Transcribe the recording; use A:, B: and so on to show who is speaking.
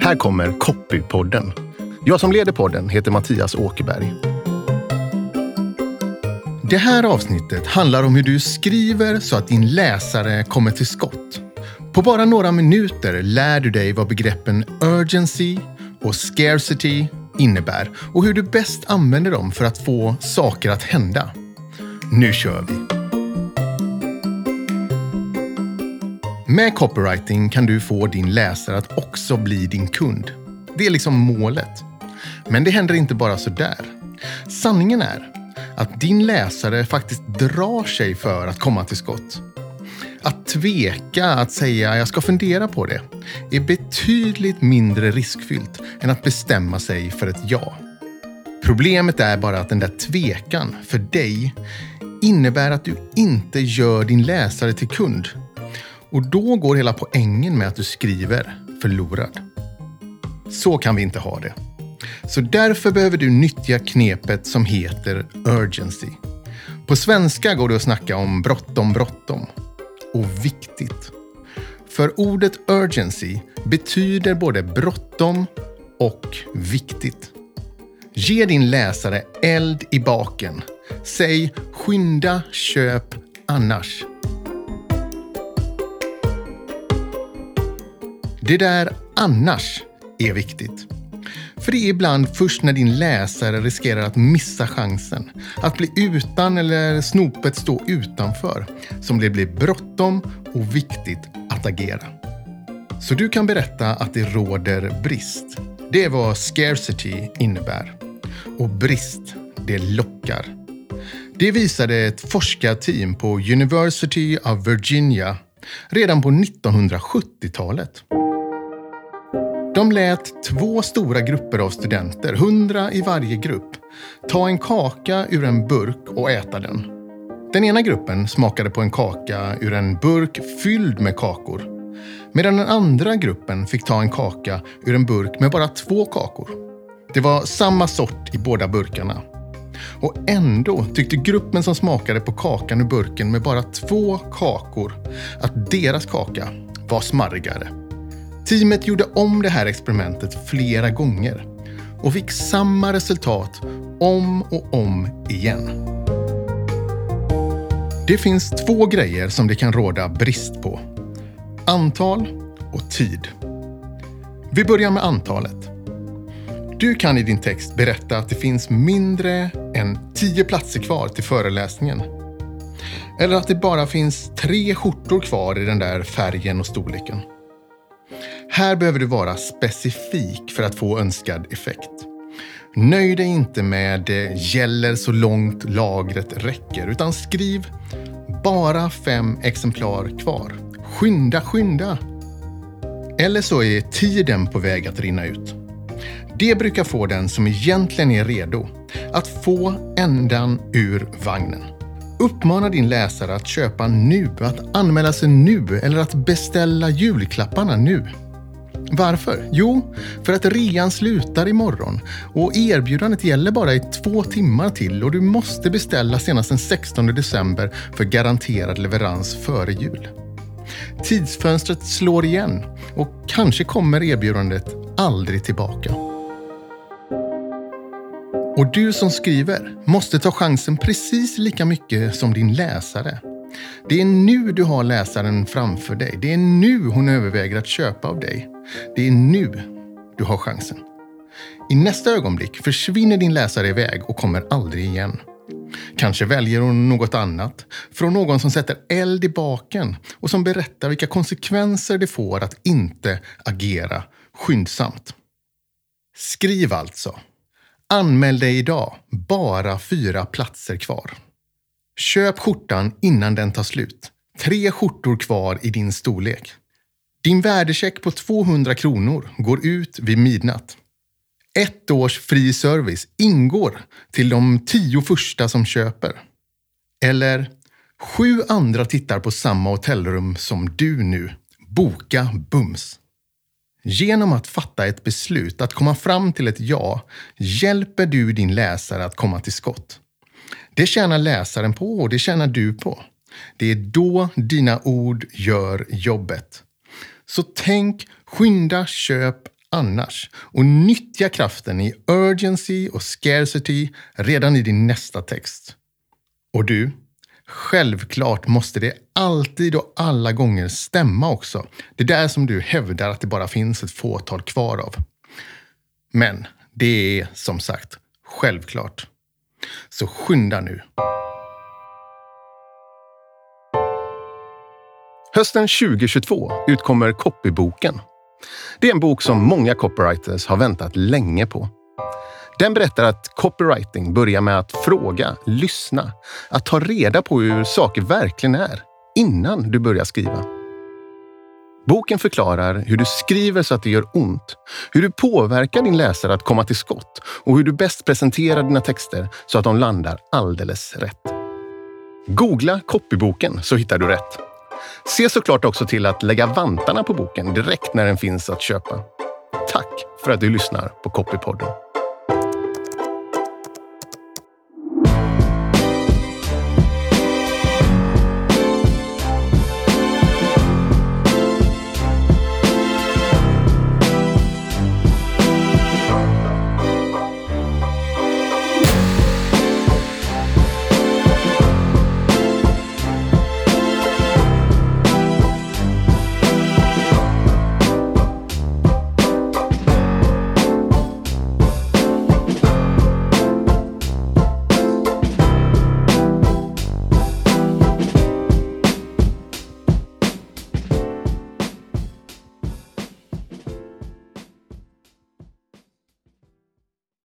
A: Här kommer Copypodden. Jag som leder podden heter Mattias Åkerberg. Det här avsnittet handlar om hur du skriver så att din läsare kommer till skott. På bara några minuter lär du dig vad begreppen urgency och scarcity innebär och hur du bäst använder dem för att få saker att hända. Nu kör vi! Med copywriting kan du få din läsare att också bli din kund. Det är liksom målet. Men det händer inte bara så där. Sanningen är att din läsare faktiskt drar sig för att komma till skott. Att tveka, att säga jag ska fundera på det, är betydligt mindre riskfyllt än att bestämma sig för ett ja. Problemet är bara att den där tvekan för dig innebär att du inte gör din läsare till kund. Och då går hela poängen med att du skriver förlorad. Så kan vi inte ha det. Så därför behöver du nyttja knepet som heter urgency. På svenska går det att snacka om bråttom och viktigt. För ordet urgency betyder både bråttom och viktigt. Ge din läsare eld i baken. Säg skynda, köp annars. Det där annars är viktigt. För det är ibland först när din läsare riskerar att missa chansen, att bli utan eller snopet stå utanför, som det blir bråttom och viktigt att agera. Så du kan berätta att det råder brist. Det är vad scarcity innebär. Och brist, det lockar. Det visade ett forskarteam på University of Virginia redan på 1970-talet. De lät 2 stora grupper av studenter, 100 i varje grupp, ta en kaka ur en burk och äta den. Den ena gruppen smakade på en kaka ur en burk fylld med kakor, medan den andra gruppen fick ta en kaka ur en burk med bara 2 kakor. Det var samma sort i båda burkarna. Och ändå tyckte gruppen som smakade på kakan ur burken med bara 2 kakor att deras kaka var smarrigare. Teamet gjorde om det här experimentet flera gånger och fick samma resultat om och om igen. Det finns 2 grejer som det kan råda brist på. Antal och tid. Vi börjar med antalet. Du kan i din text berätta att det finns mindre än 10 platser kvar till föreläsningen. Eller att det bara finns 3 skjortor kvar i den där färgen och storleken. Här behöver du vara specifik för att få önskad effekt. Nöj dig inte med gäller så långt lagret räcker, utan skriv bara 5 exemplar kvar. Skynda! Eller så är tiden på väg att rinna ut. Det brukar få den som egentligen är redo att få ändan ur vagnen. Uppmana din läsare att köpa nu, att anmäla sig nu eller att beställa julklapparna nu. Varför? Jo, för att rean slutar imorgon och erbjudandet gäller bara i 2 timmar till och du måste beställa senast den 16 december för garanterad leverans före jul. Tidsfönstret slår igen och kanske kommer erbjudandet aldrig tillbaka. Och du som skriver måste ta chansen precis lika mycket som din läsare. Det är nu du har läsaren framför dig. Det är nu hon överväger att köpa av dig. Det är nu du har chansen. I nästa ögonblick försvinner din läsare iväg och kommer aldrig igen. Kanske väljer hon något annat från någon som sätter eld i baken och som berättar vilka konsekvenser det får att inte agera skyndsamt. Skriv alltså. Anmäl dig idag. Bara 4 platser kvar. Köp skjortan innan den tar slut. 3 skjortor kvar i din storlek. Din värdecheck på 200 kronor går ut vid midnatt. 1 års fri service ingår till de 10 första som köper. Eller 7 andra tittar på samma hotellrum som du nu. Boka bums. Genom att fatta ett beslut att komma fram till ett ja hjälper du din läsare att komma till skott. Det tjänar läsaren på och det tjänar du på. Det är då dina ord gör jobbet. Så tänk, skynda, köp annars och nyttja kraften i urgency och scarcity redan i din nästa text. Och du, självklart måste det alltid och alla gånger stämma också. Det där som du hävdar att det bara finns ett fåtal kvar av. Men det är som sagt självklart. Så skynda nu. Hösten 2022 utkommer Copyboken. Det är en bok som många copywriters har väntat länge på. Den berättar att copywriting börjar med att fråga, lyssna, att ta reda på hur saker verkligen är innan du börjar skriva. Boken förklarar hur du skriver så att det gör ont, hur du påverkar din läsare att komma till skott och hur du bäst presenterar dina texter så att de landar alldeles rätt. Googla Copyboken så hittar du rätt. Se såklart också till att lägga vantarna på boken direkt när den finns att köpa. Tack för att du lyssnar på Copypodden.